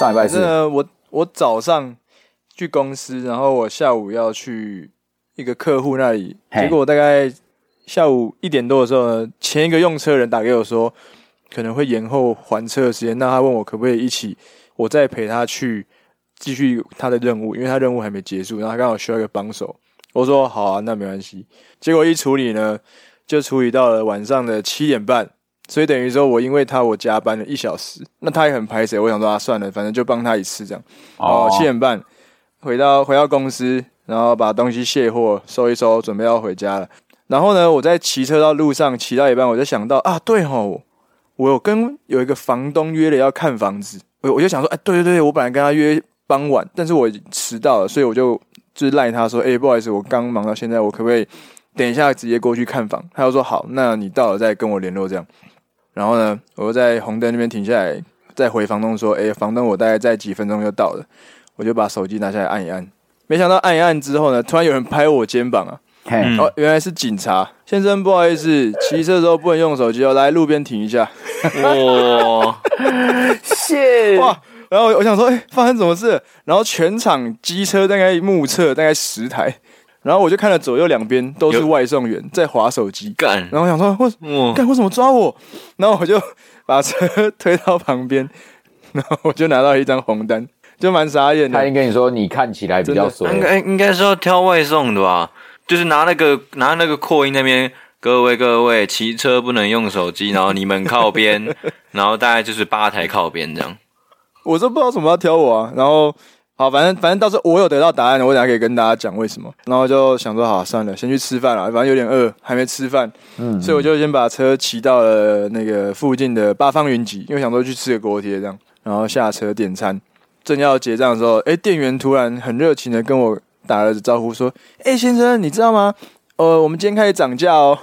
上礼拜是我早上去公司，然后我下午要去一个客户那里，结果我大概下午1点多的时候呢，前一个用车人打给我说可能会延后还车的时间，那他问我可不可以一起，我再陪他去继续他的任务，因为他任务还没结束，然后他刚好需要一个帮手。我说好啊，那没关系。结果一处理呢，就处理到了晚上的7点半，所以等于说我因为我加班了1小时，那他也很拍谁，我想说算了，反正就帮他一次这样。7点半回到公司，然后把东西卸货收一收，准备要回家了。然后呢，我在骑车到路上骑到一半，我就想到对齁，我有一个房东约了要看房子，我就想说对，我本来跟他约傍晚，但是我已经迟到了，所以我就是赖他说不好意思，我刚忙到现在，我可不可以等一下直接过去看房？他就说好，那你到了再跟我联络这样。然后呢，我就在红灯那边停下来，再回房东说房东，我大概再几分钟就到了。我就把手机拿下来按一按，没想到按一按之后呢，突然有人拍我肩膀啊！原来是警察先生，不好意思，骑车的时候不能用手机哦，来路边停一下。 哇， 谢哇！然后我想说，发生什么事？然后全场机车大概目测大概10台，然后我就看了左右两边都是外送员在滑手机，然后我想说，为什么抓我？然后我就把车推到旁边，然后我就拿到一张红单，就蛮傻眼的。 他应该跟你说，你看起来比较衰， 应该是要挑外送的吧？就是拿那个扩音那边，各位，骑车不能用手机，然后你们靠边，然后大概就是8台靠边这样。 我都不知道什么要挑我啊，然后好，反正到时候我有得到答案，我等一下可以跟大家讲为什么。然后就想说，好，算了，先去吃饭了，反正有点饿，还没吃饭，所以我就先把车骑到了那个附近的八方云集，因为想说去吃个锅贴这样，然后下车点餐，正要结账的时候，店员突然很热情的跟我打了招呼说，先生，你知道吗？我们今天开始涨价哦。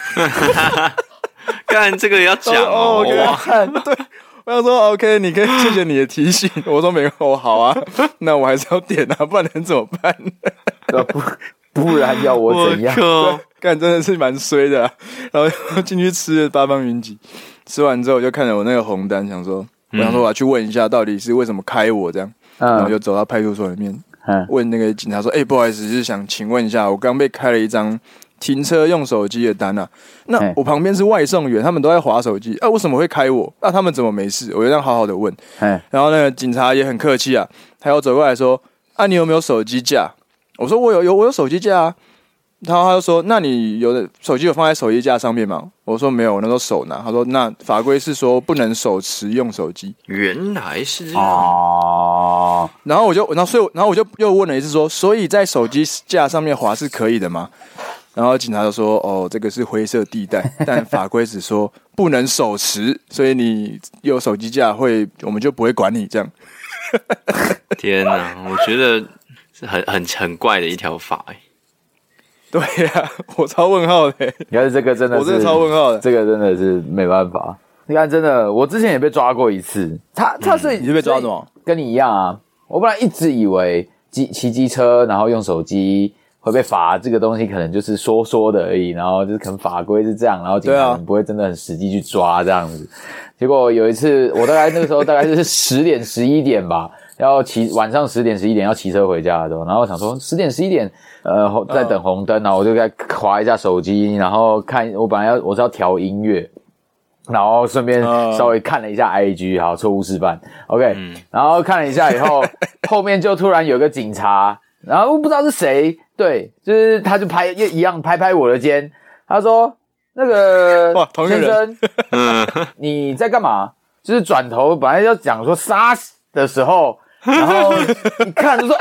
干这个也要讲哦， 对。我想说 OK， 你可以谢谢你的提醒。我说没有，好啊，那我还是要点啊，不然能怎么办？ 不然要我怎样？ 干真的是蛮衰的然后进去吃了八方云集，吃完之后我就看着我那个红单，我想说我要去问一下到底是为什么开我这样，然后就走到派出所里面问那个警察说，不好意思，就是想请问一下，我刚被开了一张停车用手机的单啊，那我旁边是外送员，他们都在滑手机为什么会开我？他们怎么没事？我就这样好好的问，然后那个警察也很客气啊，他又走过来说，你有没有手机架？我说我有手机架啊，然后他就说，那你手机有放在手机架上面吗？我说没有，我那时候手拿。他说那法规是说不能手持用手机。 原来是这样然后我就又问了一次说，所以在手机架上面滑是可以的吗？然后警察就说，这个是灰色地带，但法规只说不能手持，所以你有手机架我们就不会管你这样。 天哪，我觉得是很怪的一条法对呀，我超问号的。 你看这个真的是， 我真的超问号的， 这个真的是没办法。你看，真的，我之前也被抓过一次。他是你是被抓什么？ 跟你一样啊。我本来一直以为骑机车然后用手机会被罚，这个东西可能就是说的而已，然后就是可能法规是这样，然后警察不会真的很实际去抓这样子。结果有一次，我大概那个时候大概是10点11点吧，晚上10点11点要骑车回家的时候，然后我想说10点11点在等红灯，然后我就在滑一下手机，然后看我本来我是要调音乐，然后顺便稍微看了一下 IG， 好，错误示范 OK，然后看了一下以后后面就突然有个警察，然后不知道是谁，对，就是他就一样拍我的肩，他说那个先生你在干嘛？就是转头本来要讲说杀的时候，然后一看就说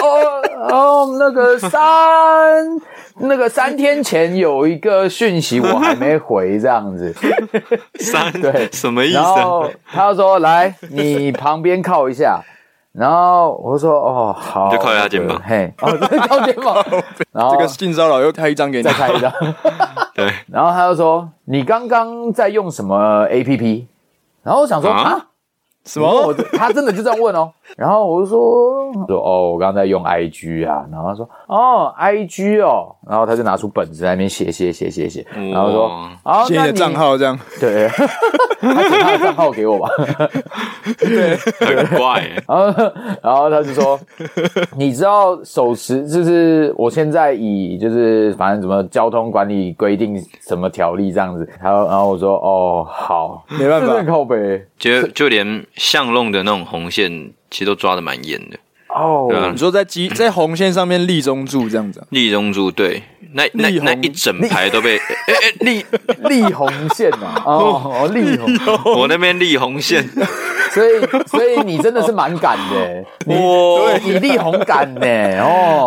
那个3天前有一个讯息我还没回这样子对，什么意思？ 然后他就说来你旁边靠一下，然后我就说好， 你就靠一下肩膀， 靠肩膀，然后这个性骚扰又开一张给你， 再开一张对， 然后他就说你刚刚在用什么 APP？ 然后我想说什么？他真的就这样问然后我就说哦，我刚刚在用 IG 啊，然后他说哦 IG 哦，然后他就拿出本子在那边写，然后说啊， 写你的账号这样， 对，他写他的账号给我吧， 对， 很怪耶。 然后他就说，你知道手持就是我现在以就是反正什么交通管理规定什么条例这样子，然后我说哦好， 没办法， 靠北， 就连巷弄的那种红线，其实都抓得蛮严的。 哦， 你说在红线上面立中柱这样子， 立中柱对，那一整排都被立红线啊，哦立红， 我那边立红线， 所以你真的是蛮敢的，你立红敢呢，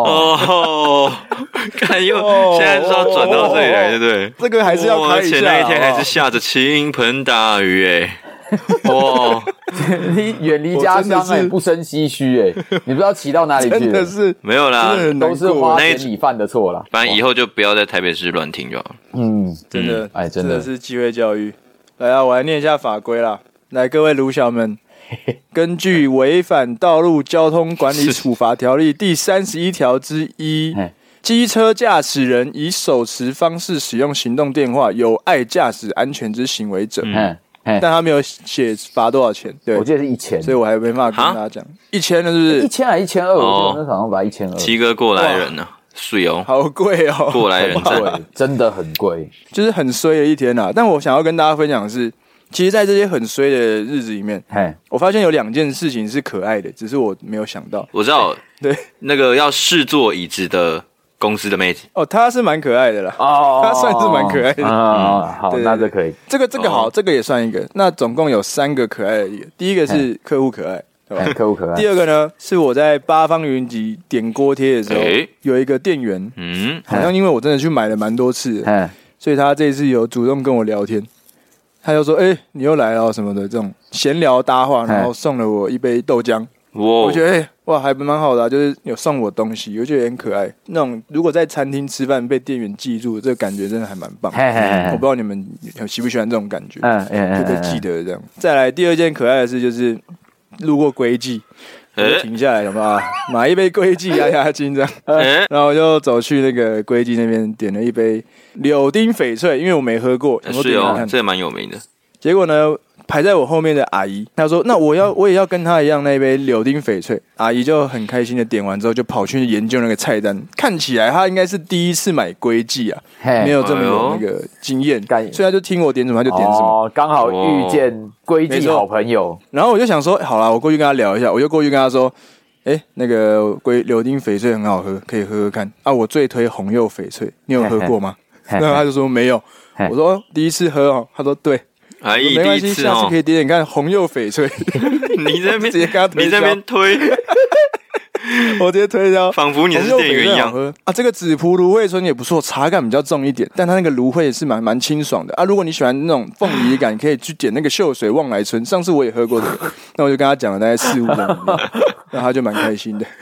看又现在是要转到这里来，对不对？ 这个还是要开一下， 而且那一天还是下着倾盆大雨哇！ 你远离家乡不生唏嘘你不知道骑到哪里去了， 真的是没有啦， 都是花钱米饭的错啦。 反正以后就不要在台北市乱停就好了。 真的， 真的是机会教育。来啊，我来念一下法规啦。来，各位卢小们，根据《违反道路交通管理处罚条例》第31条之1。机车驾驶人以手持方式使用行动电话，有碍驾驶安全之行为者，但他没有写罚多少钱，对， 我记得是1000， 所以我还没办法跟大家讲1000了，是不是 ？1000还1200？我记得那好像罚1200。 七哥过来人呢，税哦， 好贵哦， 过来人赞， 真的很贵， 就是很衰的一天啊。但我想要跟大家分享的是，其实，在这些很衰的日子里面，我发现有2件事情是可爱的，只是我没有想到。 我知道， 对， 那个要试坐椅子的公司的妹子她是蛮可爱的啦，她算是蛮可爱的好，那这可以， 这个好，这个也算一个。那总共有3个可爱的，第一个是客户可爱。 客户可爱。 第二个呢，是我在八方云集点锅贴的时候，有一个店员，好像因为我真的去买了蛮多次的，所以他这一次有主动跟我聊天，他就说：“你又来了什么的，这种闲聊搭话，然后送了我一杯豆浆。”我觉得哇，还蛮好的就是有送我东西，我觉得很可爱。那种如果在餐厅吃饭被店员记住，这个感觉真的还蛮棒。我不知道你们喜不喜欢这种感觉，就被记得这样。再来第2件可爱的事就是路过龟记，我就停下来了嘛，买一杯龟记压压惊这样，然后我就走去那个龟记那边点了一杯柳丁翡翠，因为我没喝过， 是哦，这蛮有名的。 结果呢，排在我后面的阿姨，她说：“那我也要跟她一样那杯柳丁翡翠。”阿姨就很开心的点完之后，就跑去研究那个菜单。看起来她应该是第一次买龟记啊，没有这么有那个经验，所以她就听我点什么，她就点什么。 刚好遇见龟记好朋友。 然后我就想说，好啦，我过去跟她聊一下，我就过去跟她说：“那个柳丁翡翠很好喝，可以喝喝看啊。我最推红柚翡翠，你有喝过吗？”然后她就说没有。我说第一次喝哦，她说对。没关系，下次可以点点看红柚翡翠。 你在那边直接跟他推销， 你在那边推， 我直接推销， 仿佛你是店员一样啊！这个紫葡芦荟醇也不错，茶感比较重一点，但它那个芦荟也是蛮清爽的啊。如果你喜欢那种凤梨感，可以去点那个秀水旺来醇。上次我也喝过这个，那我就跟他讲了大概4-5种里面，那他就蛮开心的。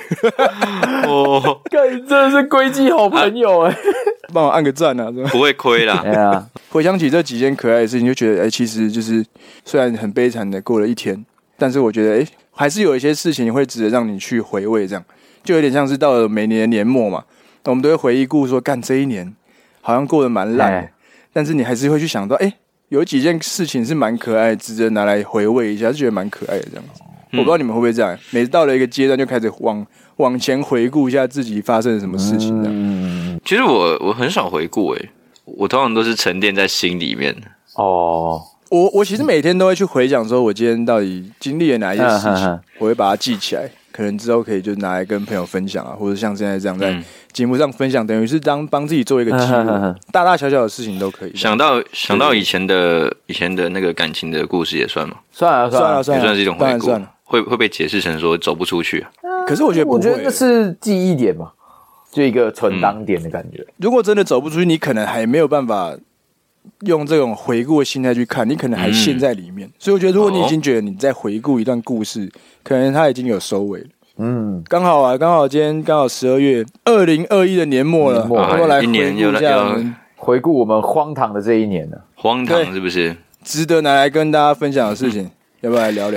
真的是龟记好朋友帮我按个赞啊！ 不会亏啦。 回想起这几件可爱的事情，就觉得其实就是虽然很悲惨的过了一天，但是我觉得还是有一些事情会值得让你去回味，这样就有点像是到了每年的年末嘛，我们都会回顾说，干这一年好像过得蛮烂的，但是你还是会去想到，有几件事情是蛮可爱，值得拿来回味一下，就觉得蛮可爱的这样子。我不知道你们会不会这样，每次到了一个阶段就开始往前回顾一下自己发生了什么事情这样。 其实我很少回顾我通常都是沉淀在心里面。 我其实每天都会去回想说我今天到底经历了哪一些事情，我会把它记起来，可能之后可以就拿来跟朋友分享啊，或者像现在这样在节目上分享，等于是帮自己做一个记录，大大小小的事情都可以。 想到以前的那个感情的故事也算吗？ 算了， 也算是一种回顾。会被解释成说走不出去可是我觉得不会， 我觉得那是记忆点嘛，就一个存档点的感觉。 如果真的走不出去，你可能还没有办法用这种回顾的心态去看，你可能还陷在里面。所以我觉得，如果你已经觉得你在回顾一段故事，可能它已经有收尾了。刚好今天刚好12月，2021的年末了，我们来回顾一下回顾我们荒唐的这一年了。 荒唐是不是？ 值得拿来跟大家分享的事情，要不要来聊聊？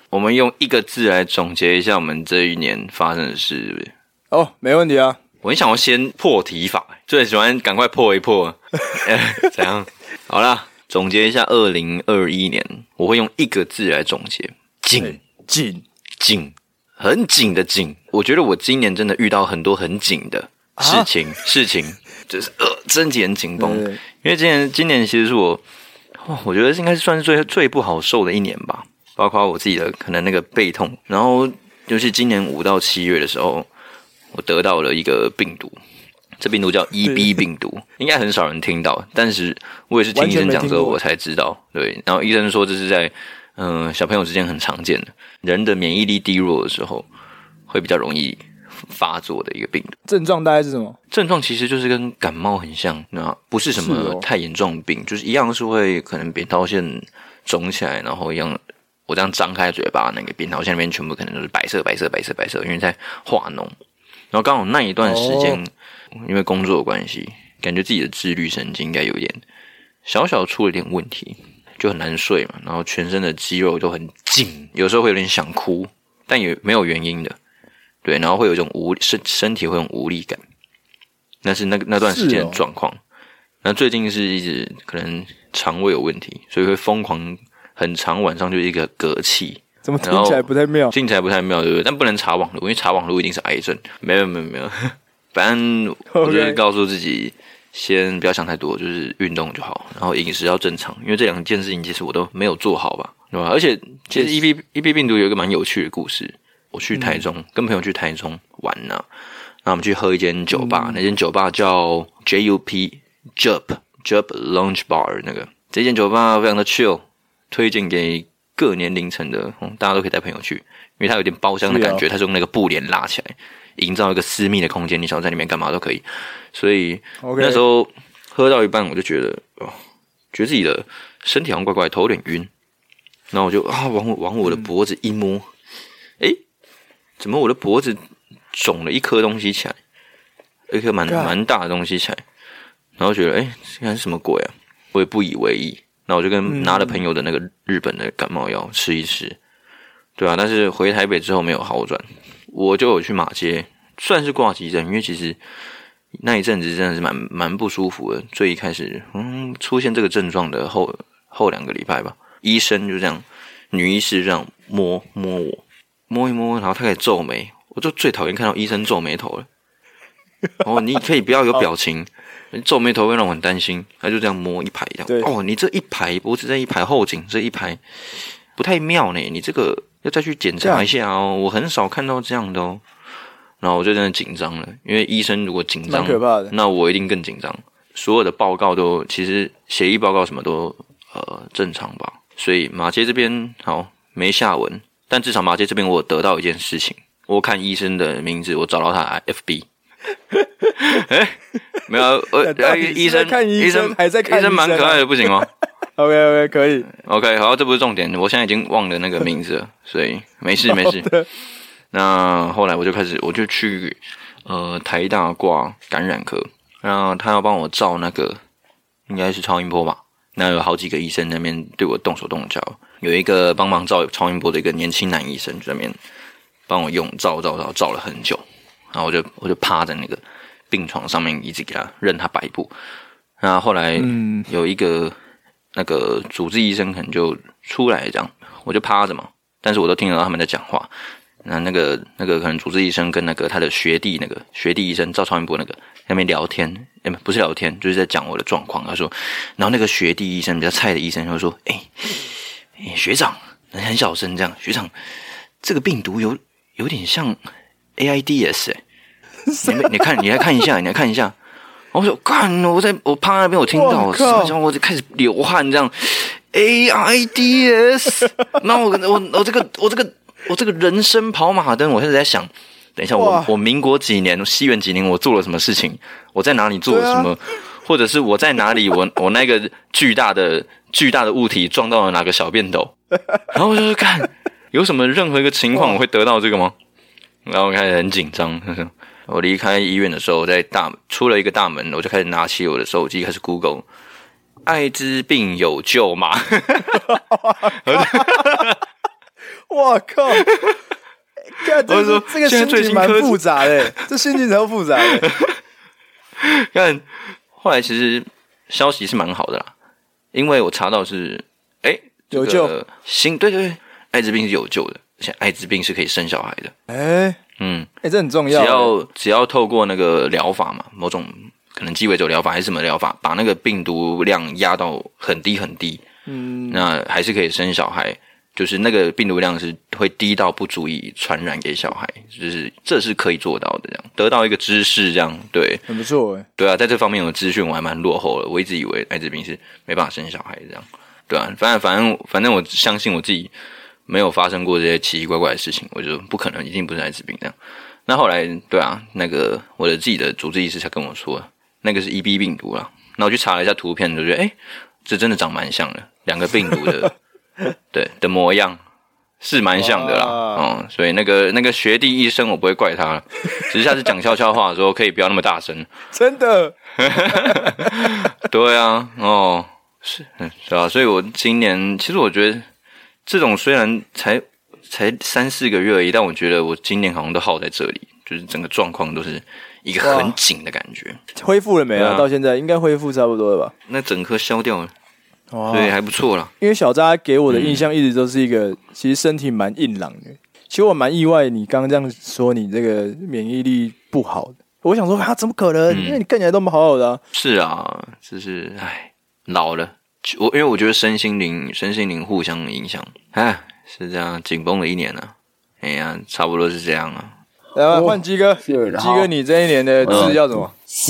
我们用一个字来总结一下我们这一年发生的事，对不对？ 哦，没问题啊。 我很想要先破题法，最喜欢赶快破一破。怎样？好啦，总结一下2021年，我会用一个字来总结：紧，很紧的紧。我觉得我今年真的遇到很多很紧的事情，就是身体很紧绷。因为今年其实是我觉得应该算是最不好受的一年吧，包括我自己的可能那个背痛，然后尤其今年5到7月的时候，我得到了一个病毒，这病毒叫 EB 病毒，应该很少人听到，但是我也是听医生讲之后我才知道，对，然后医生说这是在小朋友之间很常见的，人的免疫力低弱的时候会比较容易发作的一个病毒。 症状大概是什么？ 症状其实就是跟感冒很像，那不是什么太严重的病，就是一样是会可能扁桃腺肿起来，然后一样我这样张开嘴巴，那个扁桃腺那边全部可能都是白色，因为在化脓。然后刚好那一段时间，因为工作的关系，感觉自己的自律神经应该有一点小出了一点问题，就很难睡嘛，然后全身的肌肉都很紧，有时候会有点想哭，但也没有原因的，对，然后会有一种身体会有无力感，那是那段时间的状况。那最近是一直可能肠胃有问题，所以会疯狂很长晚上就一个嗝气。 怎么听起来不太妙？ 听起来不太妙，对不对？但不能查网络，因为查网络一定是癌症。没有，反正我就会告诉自己，先不要想太多，就是运动就好，然后饮食要正常。因为这2件事情其实我都没有做好吧，对吧？而且其实 EB 病毒有一个蛮有趣的故事。我去台中，跟朋友去台中玩呐，那我们去喝一间酒吧，那间酒吧叫 JUP Lounge Bar， 这间酒吧非常的 chill， 推荐给各年龄层的，大家都可以带朋友去，因为它有点包厢的感觉，它是用那个布帘拉起来，营造一个私密的空间，你想在里面干嘛都可以。所以那时候喝到一半，我就觉得自己的身体好像怪怪，头有点晕，然后我就往我的脖子一摸，怎么我的脖子肿了一颗东西起来，一颗蛮大的东西起来，然后觉得这是什么鬼啊？我也不以为意。那我就拿了朋友的那个日本的感冒药吃一吃，对啊，但是回台北之后没有好转，我就有去马街，算是挂急诊，因为其实那一阵子真的是蛮不舒服的。最一开始出现这个症状的后2个礼拜吧，医生就这样，女医师这样摸一摸，然后她开始皱眉，我就最讨厌看到医生皱眉头了。你可以不要有表情。皱眉头会让我很担心，他就这样摸一排这样。你这一排脖子这一排后颈这一排不太妙呢，你这个要再去检查一下哦。我很少看到这样的哦。然后我就真的紧张了，因为医生如果紧张， 蛮可怕的， 那我一定更紧张。所有的报告都其实血液报告什么都正常吧，所以马街这边好没下文，但至少马街这边我得到一件事情，我看医生的名字，我找到他 FB。没有，医生还在看医生蛮可爱的，不行吗 ？OK， 可以。 OK， 好，这不是重点，我现在已经忘了那个名字了，所以没事。那后来我就去台大挂感染科，然后他要帮我照那个应该是超音波吧，那有好几个医生在那边对我动手动脚，有一个帮忙照超音波的一个年轻男医生在那边帮我用照了很久。然后我就趴在那个病床上面，一直给他任他摆布。那后来有一个那个主治医生可能就出来这样，我就趴着嘛，但是我都听得到他们在讲话。那个可能主治医生跟那个他的学弟医生照超音波那边聊天，不是聊天，就是在讲我的状况。他说，然后那个学弟医生比较菜的医生就说：“学长，很小声这样，学长，这个病毒有点像。” AIDS 你来看一下。我说干，我趴那边我听到，我就开始流汗这样。AIDS， 那我这个人生跑马灯，我开始在想，等一下我民国几年，西元几年我做了什么事情？我在哪里做了什么？或者是我在哪里？我那个巨大的物体撞到了哪个小便斗？然后我就看有什么任何一个情况我会得到这个吗？然后我开始很紧张。我离开医院的时候，出了一个大门，我就开始拿起我的手机，开始 Google 艾滋病有救吗？ 哇靠！看这个心情蛮复杂的，这心情超复杂的。 看，后来其实消息是蛮好的啦，因为我查到是， 有救， 对，艾滋病是有救的，而且艾滋病是可以生小孩的。 这很重要。 只要透过那个疗法嘛，某种可能鸡尾酒疗法还是什么疗法，把那个病毒量压到很低很低，那还是可以生小孩。就是那个病毒量是会低到不足以传染给小孩，就是这是可以做到的，这样得到一个知识，这样对， 很不错对啊，在这方面的资讯我还蛮落后了，我一直以为艾滋病是没办法生小孩这样，对啊，反正我相信我自己没有发生过这些奇奇怪怪的事情，我就不可能一定不是艾滋病这样。那后来对啊，那个我的自己的主治医师才跟我说，那个是 EB 病毒啦。那我去查了一下图片，就觉得这真的长蛮像的，两个病毒的。对的模样是蛮像的啦，所以那个学弟医生我不会怪他了，只是下次讲悄悄话的时候可以不要那么大声， 真的。 对啊，是啊，所以我今年其实我觉得这种虽然才3-4个月而已，但我觉得我今年好像都耗在这里，就是整个状况都是一个很紧的感觉。 恢复了没啊？到现在应该恢复差不多了吧？ 那整颗消掉了。所以还不错啦。 因为小扎给我的印象一直都是一个，其实身体蛮硬朗的。其实我蛮意外，你刚刚这样说你这个免疫力不好的，我想说怎么可能？因为你看起来都蛮好好的。 是啊，就是老了，因为我觉得身心灵互相影响，是这样紧绷了一年了。差不多是这样啊。 来吧，换鸡哥，鸡哥，你这一年的字叫什么？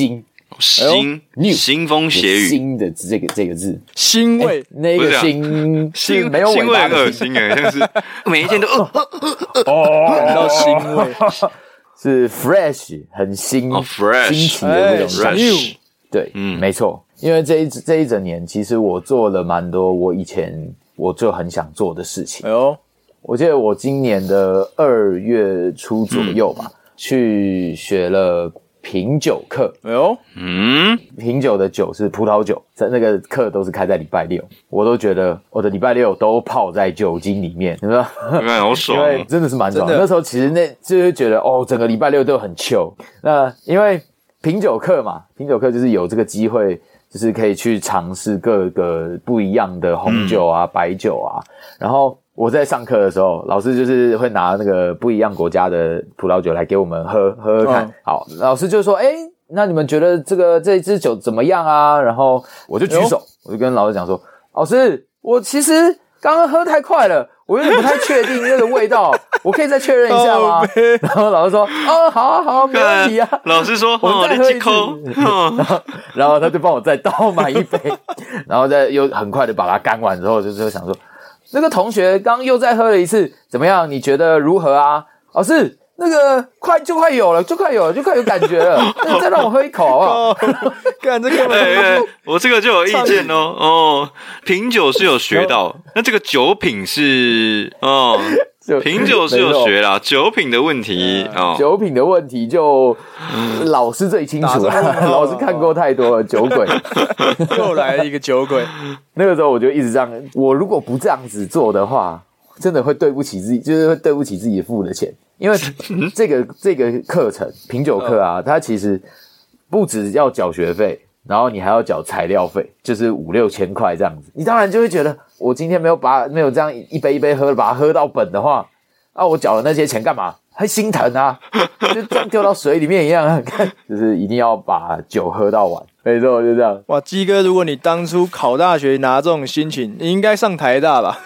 腥风血雨， 腥的这个字， 腥味， 那个腥没有尾巴的腥味很恶心像是每一件都感到腥味， 是 fresh 很新 ，fresh 新奇的那种感觉。对，没错。因为这一整年，其实我做了蛮多我以前我就很想做的事情。我记得我今年的2月初左右吧，去学了品酒课。品酒的酒是葡萄酒，在那个课都是开在礼拜六，我都觉得我的礼拜六都泡在酒精里面，你知道吗？ 好爽， 因为真的是蛮爽的。那时候其实就是觉得整个礼拜六都很 chill。那因为品酒课嘛，品酒课就是有这个机会，就是可以去尝试各个不一样的红酒啊、白酒啊，然后。我在上课的时候，老师就是会拿那个不一样国家的葡萄酒来给我们喝看。好，老师就说：“那你们觉得这一支酒怎么样啊？”然后我就举手，我就跟老师讲说：“老师，我其实刚刚喝太快了，我有点不太确定那个味道，我可以再确认一下吗？”然后老师说：“好啊，没问题啊。” 老师说：“ 我再喝一次。”然后他就帮我再倒满一杯，然后再又很快的把它干完之后，就是想说。那个同学刚又再喝了一次，怎么样？你觉得如何啊？老师，那个快有了，就快有感觉了。那再让我喝一口好不好？ 干这个， 我这个就有意见哦。品酒是有学到，那这个酒品是品酒是有学啦，酒品的问题酒品的问题就老师最清楚了，老师看过太多了酒鬼， 又来了一个酒鬼。 那个时候我就一直这样，我如果不这样子做的话，真的会对不起自己，就是会对不起自己付的钱，因为这个课程品酒课啊，它其实不只要缴学费。然后你还要缴材料费，就是5-6千块这样子。你当然就会觉得，我今天没有这样一杯一杯喝，把它喝到本的话，我缴了那些钱干嘛？还心疼啊，就这样丢到水里面一样。就是一定要把酒喝到完。没错，就这样。 哇，鸡哥，如果你当初考大学拿这种心情，你应该上台大吧？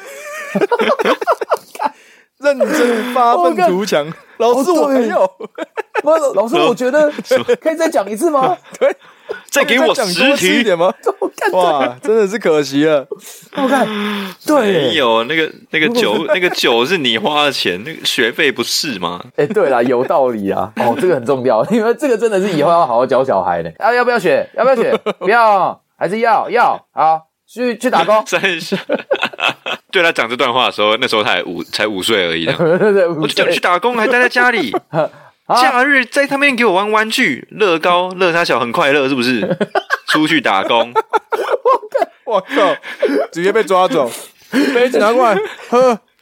认真发愤图强。老师，我没有。 老师，我觉得可以再讲一次吗？ 对。 再给我10题一点吗？哇，真的是可惜了。 我看，对， 没有那个酒是你花的钱，那个学费不是吗？ 对啦，有道理啊。这个很重要，因为这个真的是以后要好好教小孩的。要不要学？要不要学？不要，还是要好去打工。 对他讲这段话的时候，那时候他才5岁而已。我就叫你去打工，还待在家里。假日在他面给我玩玩具，乐高、乐他小很快乐，是不是？出去打工， 我靠，直接被抓走，杯子拿过来喝，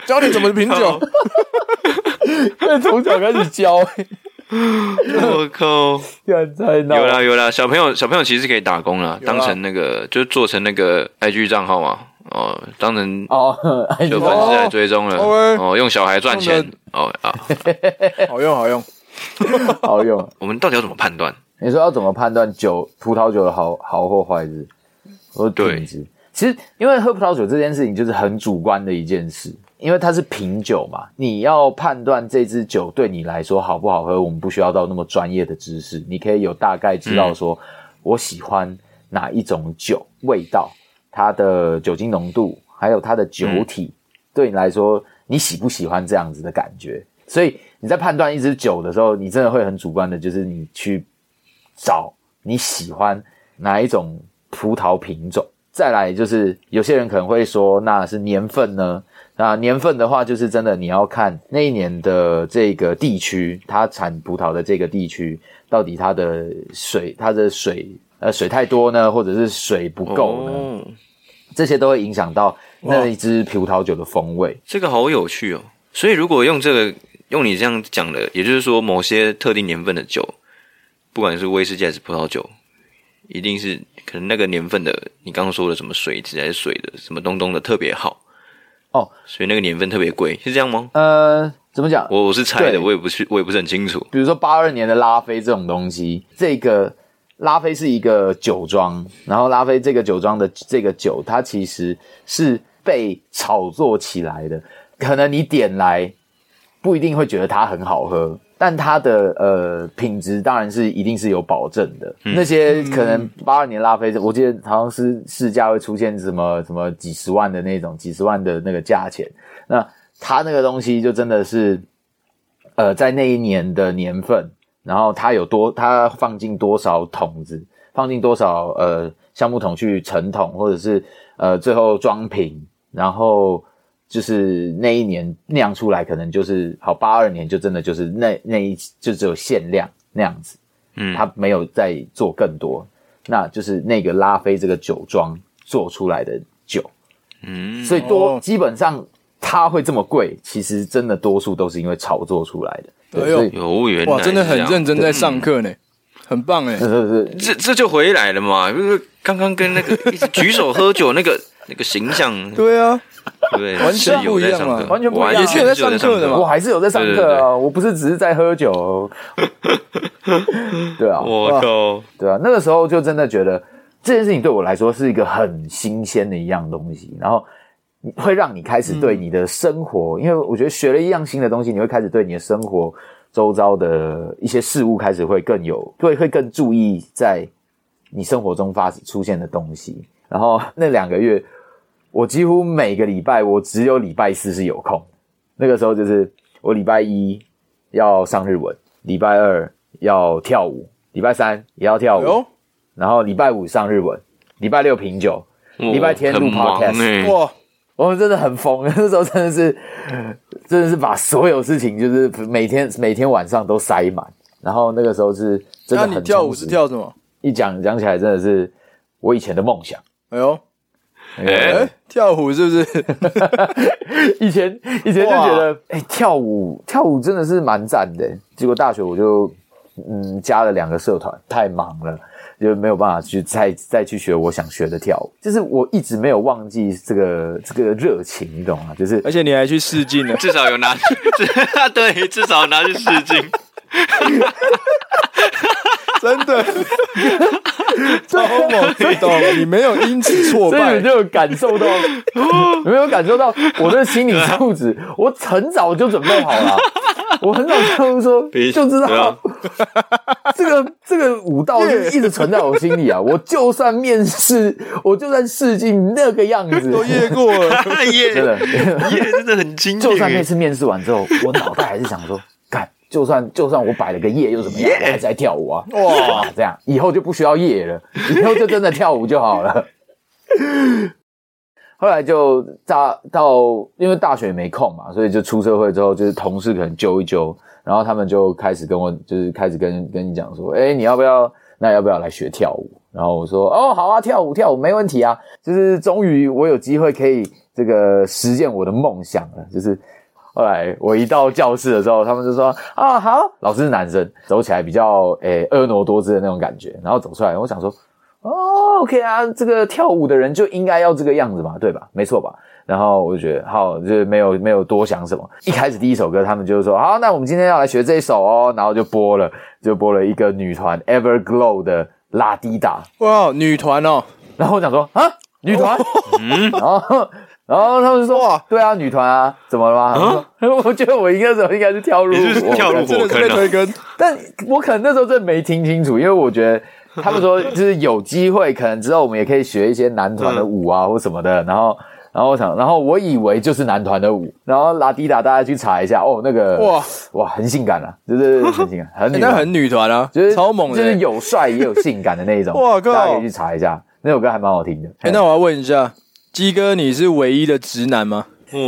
教你怎么品酒， 从小开始教。 我靠！有啦，小朋友其实可以打工啦，当成那个就做成那个 IG 账号嘛，当成就粉丝来追踪了，用小孩赚钱， 好用， 好用。 我们到底要怎么判断？ 你说要怎么判断葡萄酒的好或坏是？或品质？其实因为喝葡萄酒这件事情就是很主观的一件事。因为它是品酒嘛，你要判断这支酒对你来说好不好喝，我们不需要到那么专业的知识，你可以有大概知道说，我喜欢哪一种酒，味道，它的酒精浓度，还有它的酒体，对你来说，你喜不喜欢这样子的感觉？所以你在判断一支酒的时候，你真的会很主观的，就是你去找你喜欢哪一种葡萄品种。再来就是有些人可能会说，那是年份呢？那年份的话，就是真的你要看那一年的这个地区，它产葡萄的这个地区，到底它的水太多呢，或者是水不够呢？这些都会影响到那一支葡萄酒的风味。 这个好有趣哦！所以如果用你这样讲的，也就是说，某些特定年份的酒，不管是威士忌还是葡萄酒，一定是可能那个年份的，你刚刚说的什么水质还是水的什么东东的特别好。所以那个年份特别贵，是这样吗？ 怎么讲？ 我是猜的，我也不是很清楚。 比如说82年的拉菲这种东西，这个拉菲是一个酒庄，然后拉菲这个酒庄的这个酒，它其实是被炒作起来的。可能你点来不一定会觉得它很好喝，但它的品质当然是一定是有保证的。那些可能82年拉菲，我记得好像是市价会出现什么几十万的那种，几十万的那个价钱。那它那个东西就真的是在那一年的年份，然后它放进多少桶子，放进多少橡木桶去盛桶，或者是最后装瓶，然后就是那一年酿出来可能就是好82年就真的就是那一就只有限量那样子，它没有再做更多，那就是那个拉菲这个酒庄做出来的酒，所以基本上它会这么贵，其实真的多数都是因为炒作出来的。 对， 原来哇，真的很认真在上课呢。很棒哎， 这就回来了嘛，就是刚刚跟那个一直举手喝酒那个形象， 对啊， 对， 完全不一样嘛， 完全不一样， 也是有在上课的嘛， 我还是有在上课啊，我不是只是在喝酒，对啊， 我靠， 对啊，那个时候就真的觉得这件事情对我来说是一个很新鲜的一样东西，然后会让你开始对你的生活，因为我觉得学了一样新的东西，你会开始对你的生活周遭的一些事物开始会更注意在你生活中出现的东西。然后那2个月，我几乎每个礼拜我只有礼拜4是有空。那个时候就是我礼拜1要上日文，礼拜2要跳舞，礼拜3也要跳舞，然后礼拜5上日文，礼拜6品酒，礼拜天录 podcast。哇！我们真的很疯，那时候真的是把所有事情就是每天晚上都塞满，然后那个时候是真的很充实。 那你跳舞是跳什么？ 一讲起来真的是我以前的梦想。 哎呦，跳舞是不是？ 以前就觉得跳舞真的是蛮赞的，结果大学我就加了2个社团，太忙了。就没有办法去再去学我想学的跳舞，就是我一直没有忘记这个热情，你懂吗？就是而且你还去试镜了， 至少有拿去，对，至少拿去试镜， 真的，超猛，你没有因此挫败， 所以你就有感受到，有没有感受到我的心理素质？我很早就准备好了。我很早就说就知道这个舞蹈就一直存在我心里啊！我就算面试，我就算试镜那个样子都夜过了， 真的很经典。 就算那次面试完之后，我脑袋还是想说，干，就算我摆了个夜又怎么样，我还是在跳舞啊！哇，这样以后就不需要夜了，以后就真的跳舞就好了。后来就到，因为大学也没空嘛，所以就出社会之后，就是同事可能揪一揪，然后他们就开始跟我，就是开始跟你讲说，你要不要那要不要来学跳舞？然后我说哦，好啊，跳舞没问题啊，就是终于我有机会可以这个实现我的梦想了。就是后来我一到教室的时候，他们就说啊好，老师是男生，走起来比较婀娜多姿的那种感觉，然后走出来，我想说哦 OK 啊，这个跳舞的人就应该要这个样子嘛，对吧？没错吧？然后我就觉得好，就是没有多想什么。一开始第一首歌，他们就说好，那我们今天要来学这一首哦，然后就播了一个女团 Everglow 的拉迪达。 哇，女团哦！ 然后我想说啊，女团，然后他们就说哇，对啊，女团啊，怎么了吗？我觉得我那时候应该是跳入火坑了， 但我可能那时候真的没听清楚，因为我觉得他们说就是有机会，可能之后我们也可以学一些男团的舞啊或什么的，然后我以为就是男团的舞，然后拉迪达大家去查一下，哦，那个哇很性感啊，就是很性感， 很女团啊， 就是超猛的， 就是有帅也有性感的那一种，哇靠，大家可以去查一下，那首歌还蛮好听的。 那我要问一下，鸡哥，你是唯一的直男吗？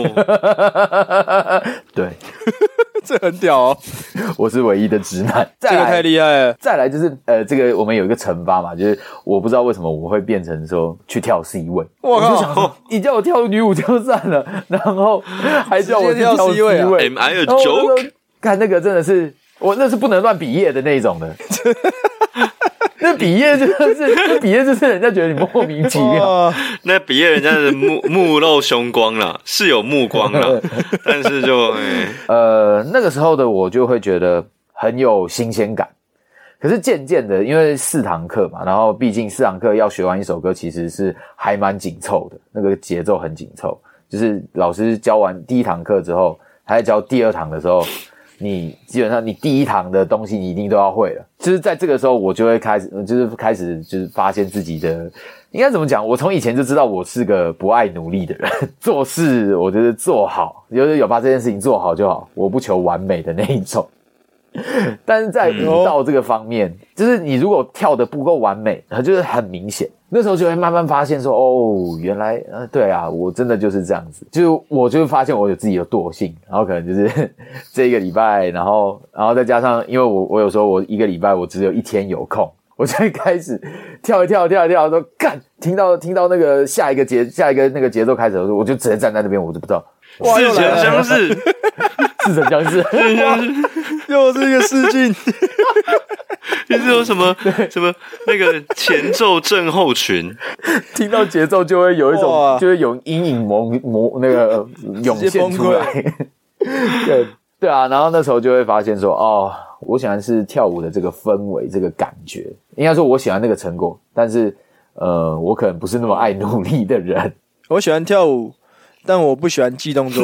对， 这很屌哦！ 我是唯一的直男， 这个太厉害了。 再来就是这个我们有一个惩罚嘛，就是我不知道为什么我会变成说去跳 C 位，我就想说你叫我跳女舞就算了，然后还叫我去跳 C 位啊 ？Am I a joke？ 看那个真的是我那是不能乱比耶的那一种的。那比耶就是人家觉得你莫名其妙， 那比耶人家的目露凶光啦，是有目光啦，但是就那个时候的我就会觉得很有新鲜感。可是渐渐的，因为4堂课嘛，然后毕竟4堂课要学完一首歌，其实是还蛮紧凑的，那个节奏很紧凑。就是老师教完第1堂课之后，还在教第2堂的时候。你基本上你第1堂的东西你一定都要会了，就是在这个时候我就会开始就是发现自己的应该怎么讲，我从以前就知道我是个不爱努力的人，做事我觉得做好，就是有把这件事情做好就好，我不求完美的那一种。但是在舞蹈这个方面，就是你如果跳得不够完美，它就是很明显。那时候就会慢慢发现说，哦，原来对啊，我真的就是这样子。就我就会发现我有自己的惰性，然后可能就是这一个礼拜，然后再加上，因为我有时候我一个礼拜我只有1天有空，我就会开始跳一跳，说干，听到那个下一个那个节奏开始的时候，我就直接站在那边，我就不知道。 似曾相识， 似曾相识， 又是一个试镜。 就是有什么那个前奏症候群， 听到节奏就会有一种，就会有阴影那个涌现出来。对啊，然后那时候就会发现说，哦，我喜欢是跳舞的这个氛围，这个感觉。应该说我喜欢那个成果，但是我可能不是那么爱努力的人。 我喜欢跳舞，但我不喜欢记动作。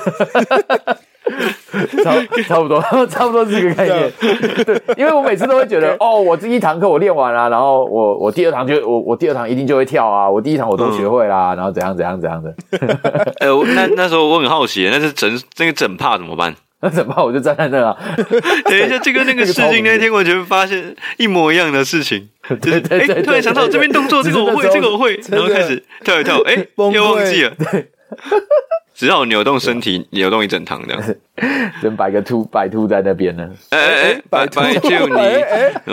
差不多是这个概念。对，因为我每次都会觉得，哦，我这1堂课我练完啦，然后我第2堂我第2堂一定就会跳啊，我第1堂我都学会啦，然后怎样的。 那时候我很好奇，那是那个整帕怎么办？ 那整帕我就站在那啊。 等一下，这个那个试镜那天完全发现一模一样的事情，就是突然想到这边动作，这个我会，然后开始跳一跳，又忘记了。只要扭动身体，扭动一整堂这样， 人摆兔在那边呢。 摆就你，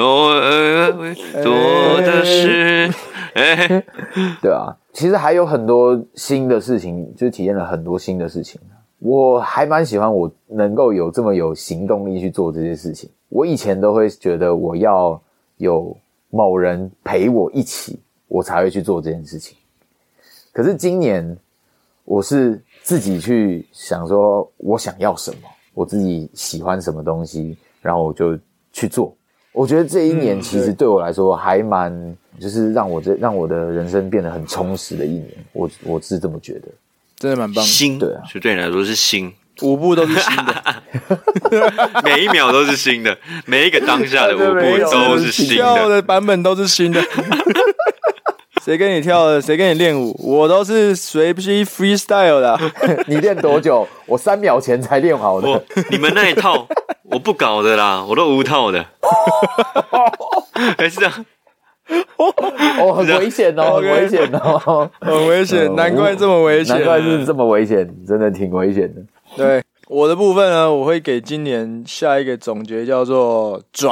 做的事， 对啊，其实还有很多新的事情，就体验了很多新的事情。我还蛮喜欢我能够有这么有行动力去做这些事情。我以前都会觉得我要有某人陪我一起，我才会去做这件事情。可是今年我是自己去想说我想要什么，我自己喜欢什么东西，然后我就去做。我觉得这一年其实对我来说还蛮就是让我的人生变得很充实的一年，我是这么觉得。 真的蛮棒的， 新对啊， 就对你来说是新 ，5步都是新的， 每一秒都是新的，每一个当下的5步都是新的， 跳的版本都是新的。谁跟你跳的？谁跟你练舞？我都是随机 freestyle 的、啊。 你练多久？我3秒前才练好的。 你们那一套我不搞的啦，我都无套的。还是这样。 哦，很危险哦，很危险哦， 很危险，难怪这么危险， 难怪是这么危险，真的挺危险的。 对我的部分呢，我会给今年下一个总结叫做转，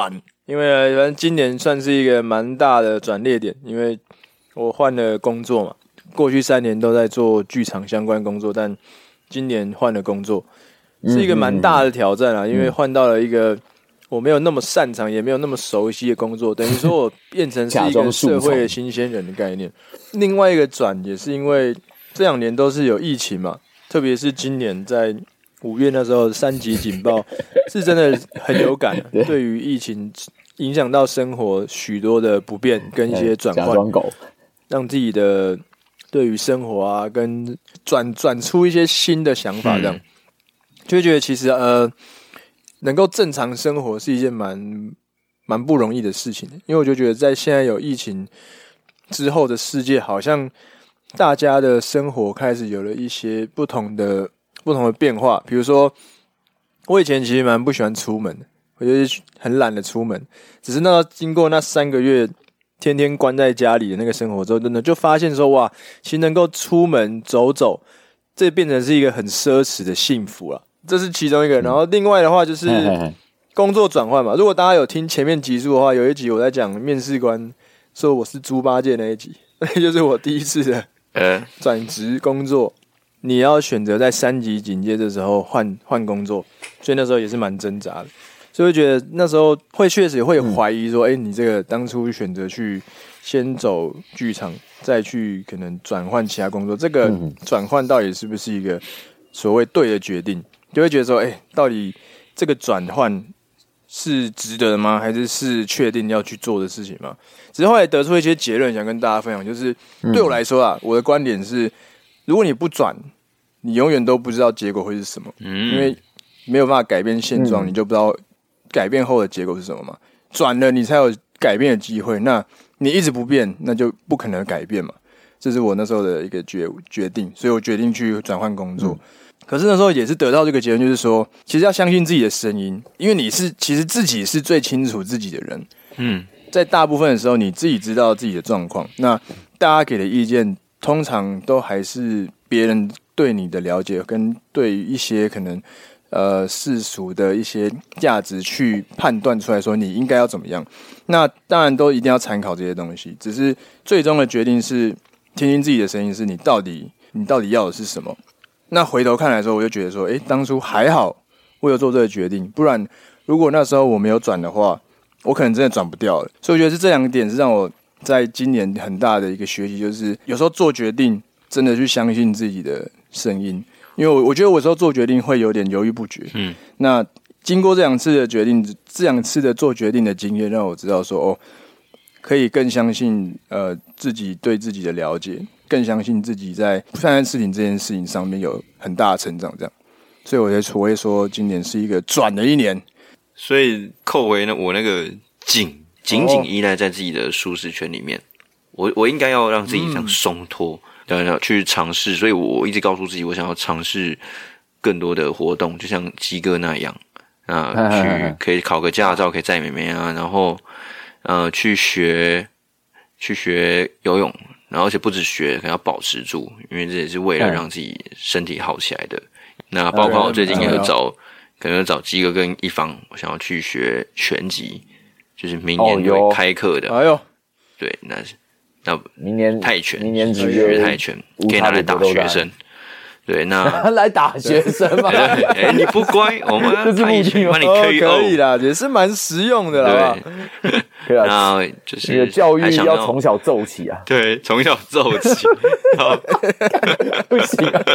因为反正今年算是一个蛮大的转捩点，因为我换了工作嘛，过去3年都在做剧场相关工作，但今年换了工作，是一个蛮大的挑战啊，因为换到了一个我没有那么擅长也没有那么熟悉的工作，等于说我变成是一个社会的新鲜人的概念。另外一个转也是因为这2年都是有疫情嘛，特别是今年在5月那时候3级警报是真的很有感的，对于疫情影响到生活许多的不便跟一些转换，让自己的对于生活啊跟转出一些新的想法，这样就会觉得其实能够正常生活是一件蛮不容易的事情，因为我就觉得在现在有疫情之后的世界，好像大家的生活开始有了一些不同的变化。比如说，我以前其实蛮不喜欢出门的，我就是很懒得出门，只是经过那3个月天天关在家里的那个生活之后，真的就发现说，哇，其实能够出门走走，这变成是一个很奢侈的幸福啦。这是其中一个。然后另外的话就是工作转换嘛。如果大家有听前面集数的话，有一集我在讲面试官说我是猪八戒那一集，那就是我第一次的转职工作。你要选择在3级警戒的时候换工作，所以那时候也是蛮挣扎的。所以觉得那时候确实会怀疑说，你这个当初选择去先走剧场，再去可能转换其他工作，这个转换到底是不是一个所谓对的决定？就会觉得说，到底这个转换是值得的吗？还是确定要去做的事情吗？只是后来得出一些结论，想跟大家分享。就是对我来说啊，我的观点是，如果你不转，你永远都不知道结果会是什么，因为没有办法改变现状，你就不知道改变后的结果是什么嘛。转了，你才有改变的机会。那你一直不变，那就不可能改变嘛。这是我那时候的一个决定，所以我决定去转换工作。可是那时候也是得到这个结论，就是说，其实要相信自己的声音，因为其实自己是最清楚自己的人。在大部分的时候，你自己知道自己的状况，那大家给的意见通常都还是别人对你的了解，跟对于一些可能世俗的一些价值去判断出来说你应该要怎么样。那当然都一定要参考这些东西，只是最终的决定是听听自己的声音，是你到底要的是什么。那回头看来的时候，我就觉得说，当初还好我有做这个决定，不然如果那时候我没有转的话，我可能真的转不掉了。所以我觉得是这2个点是让我在今年很大的一个学习，就是有时候做决定真的去相信自己的声音，因为我觉得我有时候做决定会有点犹豫不决。那经过这2次的决定，这2次的做决定的经验，让我知道说，可以更相信自己对自己的了解，更相信自己在判断事情这件事情上面有很大的成长，这样。所以我会说，今年是一个转的一年。 所以扣回我那个紧依赖在自己的舒适圈里面，我应该要让自己这样松脱，去尝试。所以我一直告诉自己，我想要尝试更多的活动，就像鸡哥那样去可以考个驾照，可以载妹妹啊，然后去学游泳，然后而且不止学，可能要保持住，因为这也是为了让自己身体好起来的。那包括我最近也有可能找鸡哥跟一方，我想要去学拳击，就是明年会开课的。对，那明年泰拳， 明年只学泰拳，可以拿来打学生。对，那来打学生嘛？ 你不乖，我们泰拳帮你 KO， 可以啦，也是蛮实用的啦。 对， 那就是你的教育要从小揍起啊。 对，从小揍起。 不行啊！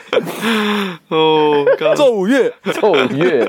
揍5月， 揍5月。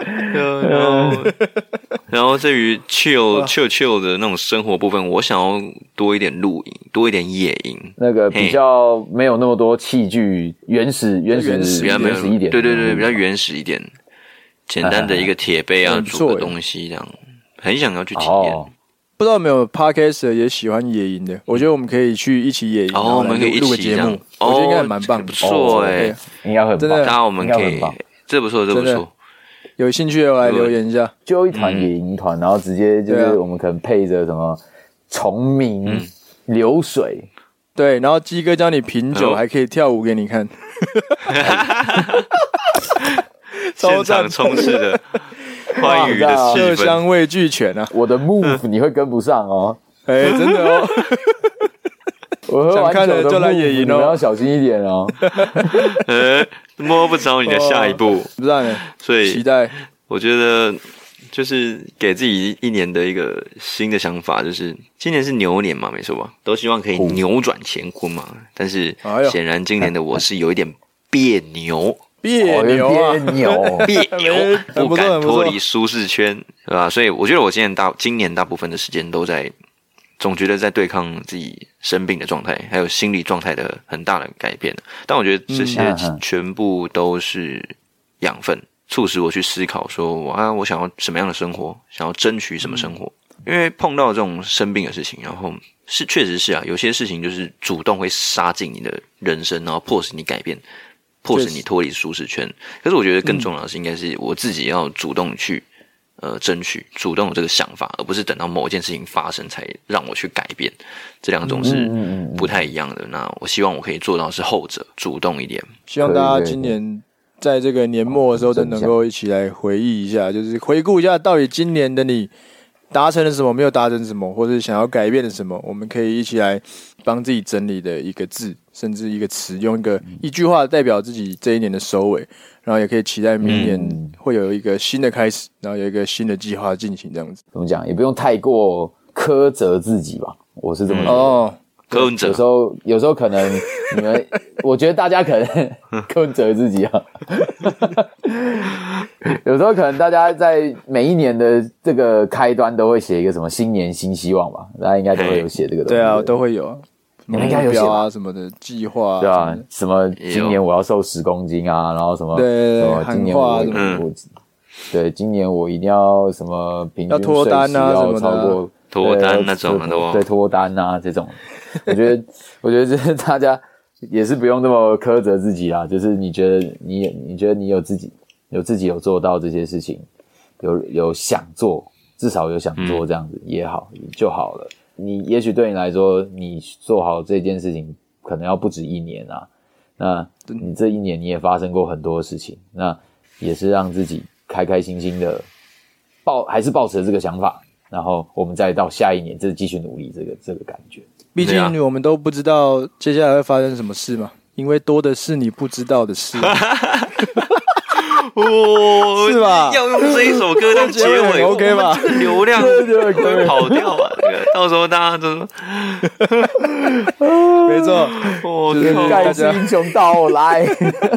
然后至于 chill 的那种生活部分，我想要多一点露营，多一点野营， 那个比较没有那么多器具，原始一点。 对，比较原始一点，简单的一个铁杯啊，煮个东西这样，很想要去体验。 不知道有没有 Podcast 也喜欢野营的？我觉得我们可以去一起野营， 我们可以录个节目，我觉得应该蛮棒的， 不错应该很真的。 大家我们可以，这不错。 有兴趣的来留言一下， 就一团野营团，然后直接就是我们可能配着什么虫鸣、流水， 对，然后鸡哥教你品酒，还可以跳舞给你看， 现场充斥的。 欢愉的气氛， 色香味俱全啊！ 我的 move 你会跟不上哦。 真的哦。 我想看的就来野营哦， 你们要小心一点哦。 摸不着你的下一步， 不知道呢。 所以期待。 我觉得就是给自己一年的一个新的想法，就是今年是牛年嘛，没错吧？都希望可以扭转乾坤嘛。但是显然今年的我是有一点别扭， 别扭， 不敢脱离舒适圈，对吧？所以我觉得我今年大部分的时间都在。总觉得在对抗自己生病的状态，还有心理状态的很大的改变。但我觉得这些全部都是养分，促使我去思考说，我想要什么样的生活，想要争取什么生活。因为碰到这种生病的事情，然后确实是啊，有些事情就是主动会杀进你的人生，然后迫使你改变，迫使你脱离舒适圈。可是我觉得更重要的是，应该是我自己要主动去。争取主动有这个想法，而不是等到某件事情发生才让我去改变，这两种是不太一样的。那我希望我可以做到是后者，主动一点。 希望大家今年在这个年末的时候，都能够一起来回忆一下，就是回顾一下到底今年的你达成了什么，没有达成什么，或者想要改变的什么，我们可以一起来帮自己整理的一个字，甚至一个词，用一句话代表自己这一年的收尾。然后也可以期待明年会有一个新的开始，然后有一个新的计划进行，这样子。 怎么讲？也不用太过苛责自己吧，我是这么觉得。 哦，柯文哲有时候可能你们，我觉得大家可能柯文哲自己啊，有时候可能大家在每一年的这个开端都会写一个什么新年新希望吧，大家应该都会有写这个东西。 对啊，都会有啊。 你们应该有写啊什么的计划， 对啊，什么今年我要瘦10公斤啊，然后什么对什么今年我对今年我一定要什么平均脱单啊要超过脱单那种的对脱单啊这种，我觉得这是大家也是不用那么苛责自己啦，就是你觉得你有自己有做到这些事情，有想做，至少有想做这样子也好就好了。你也许对你来说，你做好这件事情可能要不止1年啊。那你这1年你也发生过很多事情，那也是让自己开开心心的还是抱持这个想法，然后我们再到下一年，继续努力这个感觉。 毕竟我们都不知道接下来会发生什么事嘛，因为多的是你不知道的事。是吧？ 要用这一首歌当结尾 ，OK 吧？ 流量会跑掉啊！到时候大家都没错， 盖世英雄到来。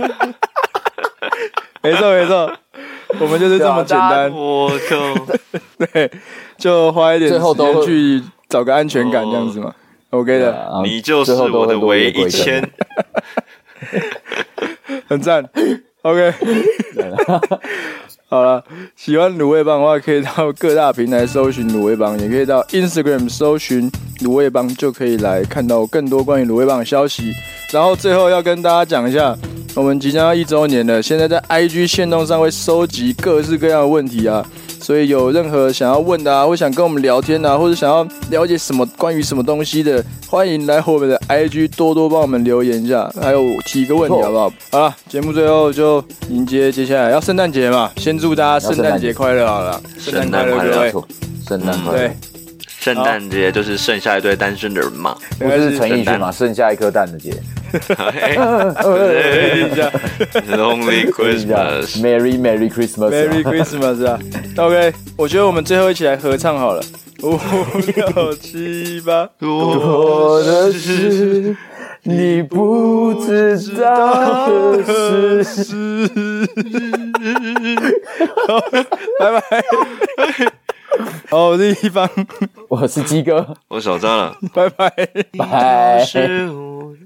没错，我们就是这么简单。 我靠， 对，就花一点时间去找个安全感，这样子嘛。OK 的， 你就是我的唯一1000， 很赞。OK， 好了，喜欢卤味帮的话，可以到各大平台搜寻卤味帮，也可以到 Instagram 搜寻卤味帮，就可以来看到更多关于卤味帮的消息。然后最后要跟大家讲一下，我们即将要1周年了，现在在 IG 限动上会收集各式各样的问题啊，所以有任何想要问的啊，或想跟我们聊天啊，或者想要了解什么关于什么东西的，欢迎来我们的 IG 多多帮我们留言一下，还有提个问题好不好？好了，节目最后就迎接接下来要圣诞节嘛，先祝大家圣诞节快乐好了， 圣诞快乐各位， 圣诞快乐。对， 圣诞节就是剩下一堆单身的人嘛， 不是陈奕迅嘛，剩下一颗蛋的节。 Lonely Christmas， Merry Christmas，Merry Christmas 啊 ！OK， 我觉得我们最后一起来合唱好了。5、6、7、8， 多的是你不知道的事。 拜拜。好，我是一方， 我是鸡哥， 我小张了， 拜拜， 拜。